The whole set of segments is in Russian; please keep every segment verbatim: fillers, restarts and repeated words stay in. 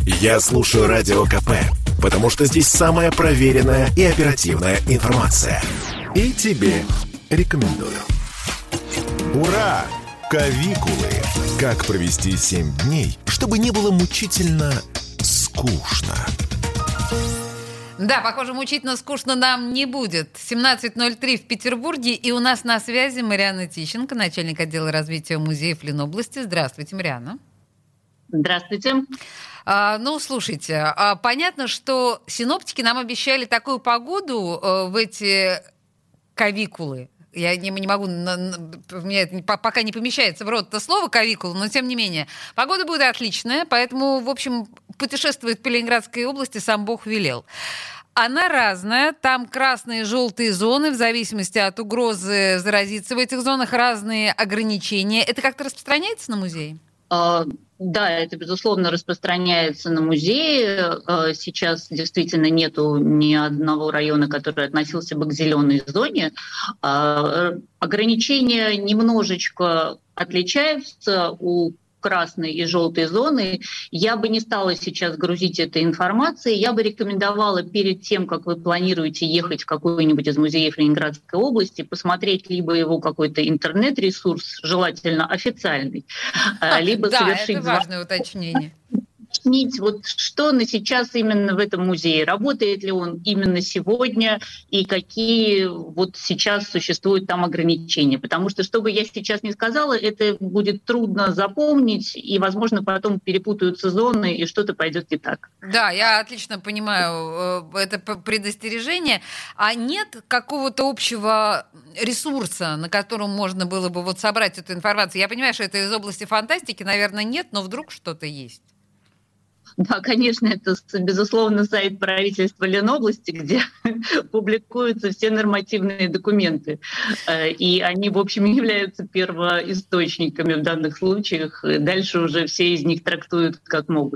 Я слушаю Радио КП, потому что здесь самая проверенная и оперативная информация. И тебе рекомендую. Ура! Кавикулы! Как провести семь дней, чтобы не было мучительно скучно. Да, похоже, мучительно скучно нам не будет. семнадцать ноль три в Петербурге, и у нас на связи Марианна Тищенко, начальник отдела развития музеев Ленобласти. Здравствуйте, Марианна. Здравствуйте. А, ну, слушайте, а, понятно, что синоптики нам обещали такую погоду а, в эти кавикулы. Я не, не могу, мне это пока не помещается в рот это слово «кавикулы», но тем не менее. Погода будет отличная, поэтому, в общем, путешествовать по Ленинградской области сам Бог велел. Она разная, там красные и желтые зоны, в зависимости от угрозы заразиться в этих зонах, разные ограничения. Это как-то распространяется на музей? Да, это, безусловно, распространяется на музеи. Сейчас действительно нету ни одного района, который относился бы к зеленой зоне. Ограничения немножечко отличаются у красной и желтой зоны. Я бы не стала сейчас грузить этой информацией. Я бы рекомендовала перед тем, как вы планируете ехать в какой-нибудь из музеев Ленинградской области, посмотреть либо его какой-то интернет-ресурс, желательно официальный, либо да, совершить... это важное уточнение. Вот что на сейчас именно в этом музее, работает ли он именно сегодня и какие вот сейчас существуют там ограничения. Потому что, что бы я сейчас не сказала, это будет трудно запомнить, и, возможно, потом перепутаются зоны, и что-то пойдет не так. Да, я отлично понимаю это предостережение. А нет какого-то общего ресурса, на котором можно было бы вот собрать эту информацию? Я понимаю, что это из области фантастики, наверное, нет, но вдруг что-то есть. Да, конечно, это, безусловно, сайт правительства Ленобласти, где публикуются все нормативные документы. И они, в общем, являются первоисточниками в данных случаях. Дальше уже все из них трактуют как могут.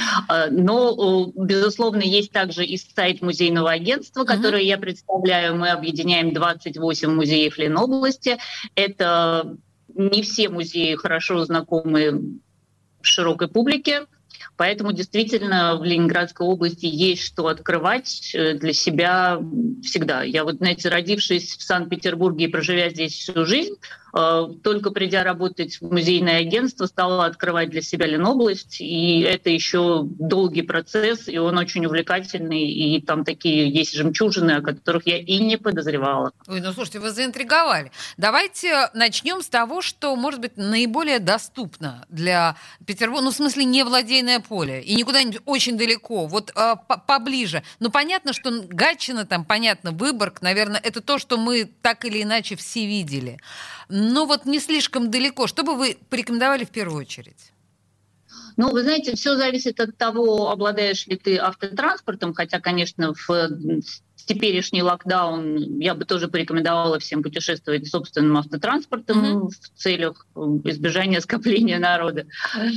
Но, безусловно, есть также и сайт музейного агентства, которое mm-hmm. я представляю. Мы объединяем двадцать восемь музеев Ленобласти. Это не все музеи хорошо знакомы широкой публике. Поэтому действительно в Ленинградской области есть что открывать для себя всегда. Я вот, знаете, родившись в Санкт-Петербурге и проживя здесь всю жизнь, только придя работать в музейное агентство, стала открывать для себя Ленобласть. И это еще долгий процесс, и он очень увлекательный. И там такие есть жемчужины, о которых я и не подозревала. Ой, ну слушайте, вы заинтриговали. Давайте начнем с того, что, может быть, наиболее доступно для Петербурга, ну, в смысле, не владейное поле, и не куда-нибудь очень далеко, вот а, поближе. Ну, понятно, что Гатчина, там, понятно, Выборг, наверное, это то, что мы так или иначе все видели. Но вот не слишком далеко. Что бы вы порекомендовали в первую очередь? Ну, вы знаете, все зависит от того, обладаешь ли ты автотранспортом, хотя, конечно, в теперешний локдаун я бы тоже порекомендовала всем путешествовать собственным автотранспортом mm-hmm. в целях избежания скопления народа.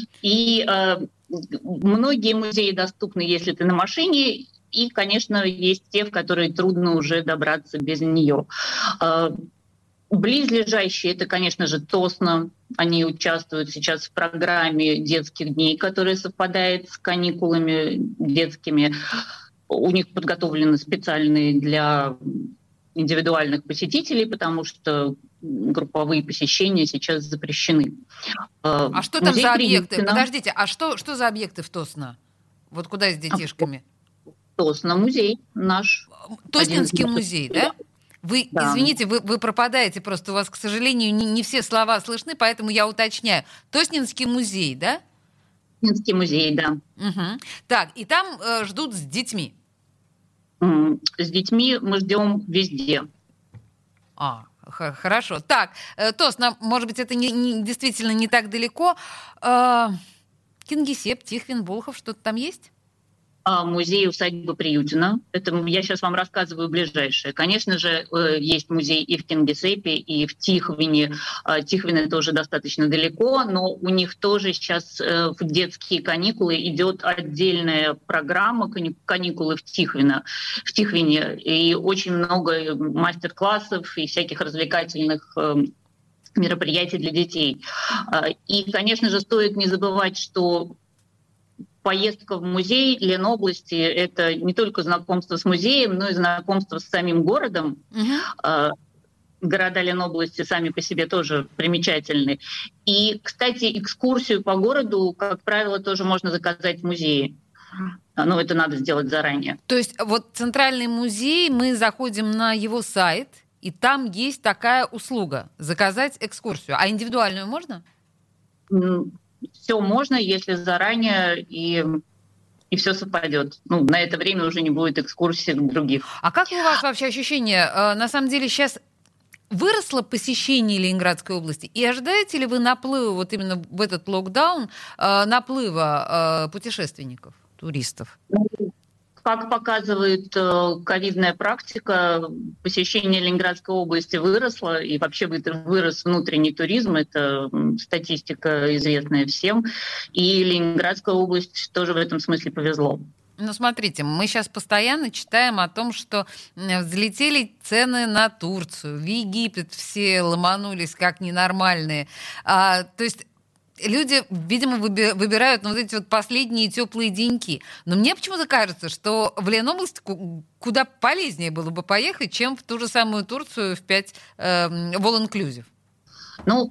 И э, многие музеи доступны, если ты на машине, и, конечно, есть те, в которые трудно уже добраться без нее. Э, Близлежащие — это, конечно же, Тосно. Они участвуют сейчас в программе детских дней, которая совпадает с каникулами детскими. У них подготовлены специальные для индивидуальных посетителей, потому что групповые посещения сейчас запрещены. А что там за объекты? Подождите, а что, что за объекты в Тосно? Вот куда с детишками? Тосно музей наш. Тоснинский музей, да? Вы, да. извините, вы, вы пропадаете просто, у вас, к сожалению, не, не все слова слышны, поэтому я уточняю. Тоснинский музей, да? Тоснинский музей, да. Угу. Так, и там э, ждут с детьми? Mm, с детьми мы ждем везде. А, х- хорошо. Так, э, Тосно, может быть, это не, не, действительно не так далеко. Э, Кингисепп, Тихвин, Болхов, что-то там есть? Музей усадьбы Приютина. Это я сейчас вам рассказываю ближайшее. Конечно же, есть музей и в Кингисеппе, и в Тихвине. Тихвин — это уже достаточно далеко, но у них тоже сейчас в детские каникулы идет отдельная программа каникулы в Тихвине. В Тихвине. И очень много мастер-классов и всяких развлекательных мероприятий для детей. И, конечно же, стоит не забывать, что поездка в музей Ленобласти — это не только знакомство с музеем, но и знакомство с самим городом. Uh-huh. Города Ленобласти сами по себе тоже примечательны. И, кстати, экскурсию по городу, как правило, тоже можно заказать в музее. Но это надо сделать заранее. То есть вот Центральный музей, мы заходим на его сайт, и там есть такая услуга — заказать экскурсию. А индивидуальную можно? Все можно, если заранее, и, и все совпадет. Ну, на это время уже не будет экскурсий других. А как у вас вообще ощущение? На самом деле сейчас выросло посещение Ленинградской области? И ожидаете ли вы наплыва, вот именно в этот локдаун, наплыва путешественников, туристов? Как показывает ковидная практика, посещение Ленинградской области выросло, и вообще вырос внутренний туризм, это статистика известная всем, и Ленинградская область тоже в этом смысле повезло. Ну, смотрите, мы сейчас постоянно читаем о том, что взлетели цены на Турцию, в Египет все ломанулись как ненормальные. А, то есть люди, видимо, выбирают ну, вот эти вот последние теплые деньки. Но мне почему-то кажется, что в Ленобласть куда полезнее было бы поехать, чем в ту же самую Турцию в пять э, all-inclusive. Ну,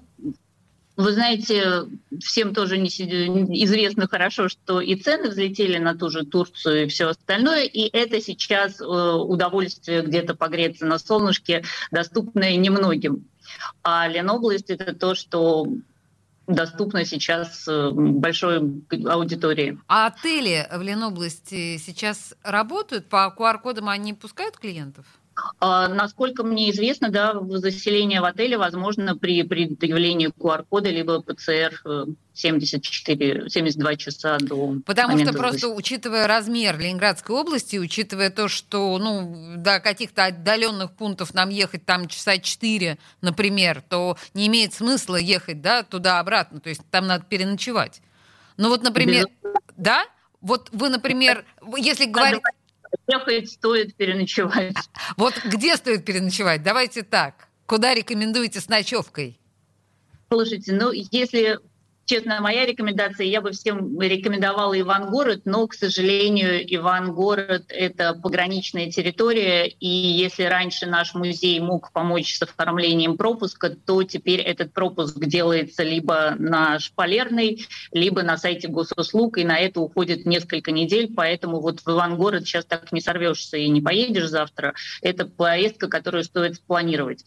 вы знаете, всем тоже не известно хорошо, что и цены взлетели на ту же Турцию и все остальное, и это сейчас удовольствие где-то погреться на солнышке, доступное немногим. А Ленобласть — это то, что доступно сейчас большой аудитории. А отели в Ленобласти сейчас работают? По ку ар кодам они пускают клиентов? А, насколько мне известно, да, заселение в отеле возможно при предъявлении ку ар кода либо пэ цэ эр семьдесят четыре семьдесят два часа до Потому что просто, учитывая размер Ленинградской области, учитывая то, что ну, до каких-то отдаленных пунктов нам ехать там часа четыре, например, то не имеет смысла ехать да, туда-обратно, то есть там надо переночевать. Ну вот, например, Без... да? Вот вы, например, если говорить... Ехать стоит переночевать. Вот где стоит переночевать? Давайте так. Куда рекомендуете с ночевкой? Слушайте, ну, если честно, моя рекомендация, я бы всем рекомендовала Ивангород, но, к сожалению, Ивангород — это пограничная территория, и если раньше наш музей мог помочь с оформлением пропуска, то теперь этот пропуск делается либо на Шпалерной, либо на сайте госуслуг, и на это уходит несколько недель, поэтому вот в Ивангород сейчас так не сорвешься и не поедешь завтра. Это поездка, которую стоит спланировать.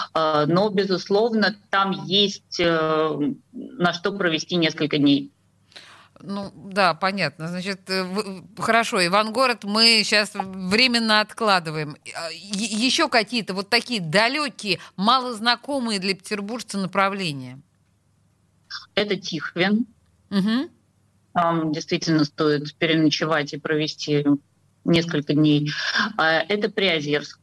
Но, безусловно, там есть на что провести несколько дней. Ну, да, понятно. Значит, хорошо, Ивангород мы сейчас временно откладываем. Еще какие-то вот такие далекие, малознакомые для петербуржца направления? Это Тихвин. Угу. Там действительно стоит переночевать и провести несколько дней. Это Приозерск.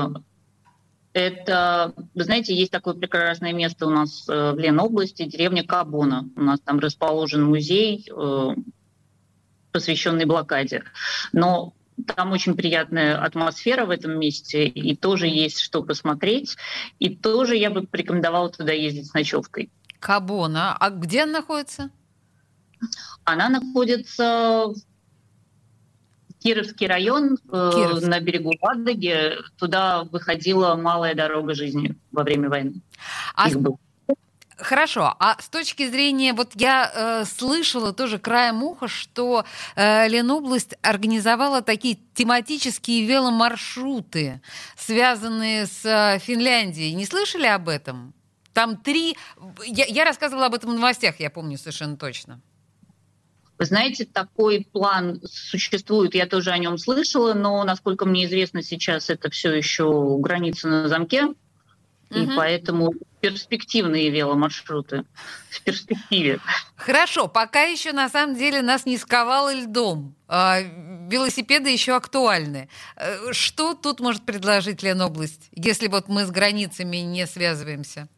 Это, вы знаете, есть такое прекрасное место у нас в Ленобласти, деревня Кабона. У нас там расположен музей, посвященный блокаде. Но там очень приятная атмосфера в этом месте, и тоже есть что посмотреть. И тоже я бы порекомендовала туда ездить с ночевкой. Кабона. А где она находится? Она находится... Кировский район, э, на берегу Ладоги, туда выходила малая дорога жизни во время войны. А с... Хорошо, а с точки зрения, вот я э, слышала тоже краем уха, что э, Ленобласть организовала такие тематические веломаршруты, связанные с э, Финляндией. Не слышали об этом? Там три... Я, я рассказывала об этом в новостях, я помню совершенно точно. Вы знаете, такой план существует, я тоже о нем слышала, но, насколько мне известно, сейчас это все еще граница на замке, угу. И поэтому перспективные веломаршруты в перспективе. Хорошо, пока еще на самом деле нас не сковало льдом, а велосипеды еще актуальны. Что тут может предложить Ленобласть, если вот мы с границами не связываемся?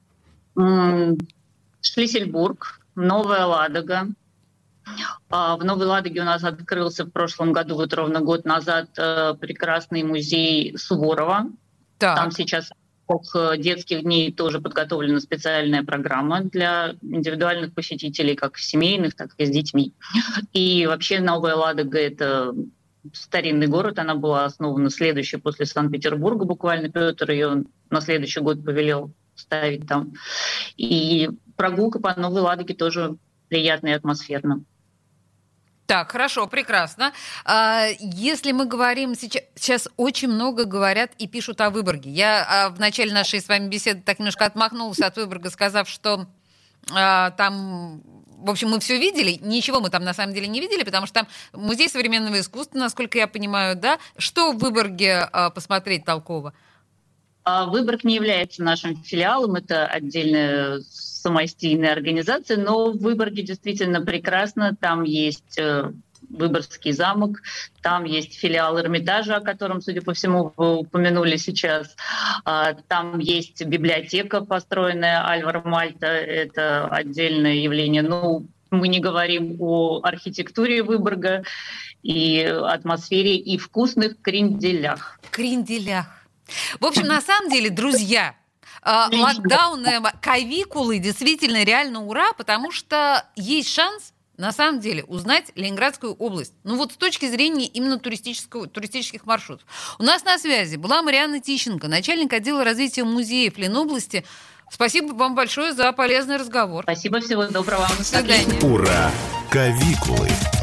Шлиссельбург, Новая Ладога. В Новой Ладоге у нас открылся в прошлом году, вот ровно год назад, прекрасный музей Суворова. Так. Там сейчас рамках детских дней тоже подготовлена специальная программа для индивидуальных посетителей, как семейных, так и с детьми. И вообще Новая Ладога — это старинный город, она была основана следующей после Санкт-Петербурга, буквально Петр ее на следующий год повелел ставить там. И прогулка по Новой Ладоге тоже приятная и атмосферна. Так, хорошо, прекрасно. Если мы говорим сейчас, сейчас очень много говорят и пишут о Выборге. Я в начале нашей с вами беседы так немножко отмахнулась от Выборга, сказав, что там, в общем, мы все видели. Ничего мы там на самом деле не видели, потому что там музей современного искусства, насколько я понимаю, да? Что в Выборге посмотреть толково? Выборг не является нашим филиалом, это отдельная самостийная организация, но в Выборге действительно прекрасно. Там есть Выборгский замок, там есть филиал Эрмитажа, о котором, судя по всему, вы упомянули сейчас. Там есть библиотека, построенная Альваро Мальта, это отдельное явление. Ну, мы не говорим о архитектуре Выборга и атмосфере и вкусных кренделях. Кренделях. В общем, на самом деле, друзья, локдауны, каникулы действительно реально ура, потому что есть шанс, на самом деле, узнать Ленинградскую область. Ну вот с точки зрения именно туристического, туристических маршрутов. У нас на связи была Марианна Тищенко, начальник отдела развития музеев Ленобласти. Спасибо вам большое за полезный разговор. Спасибо, всего доброго вам. До свидания. Ура! Каникулы!